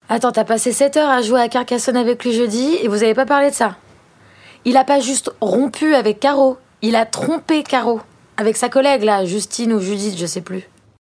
Attends, t'as passé 7 heures à jouer à Carcassonne avec lui jeudi et vous avez pas parlé de ça? Il a pas juste rompu avec Caro, il a trompé Caro. Avec sa collègue là, Justine ou Judith, je sais plus.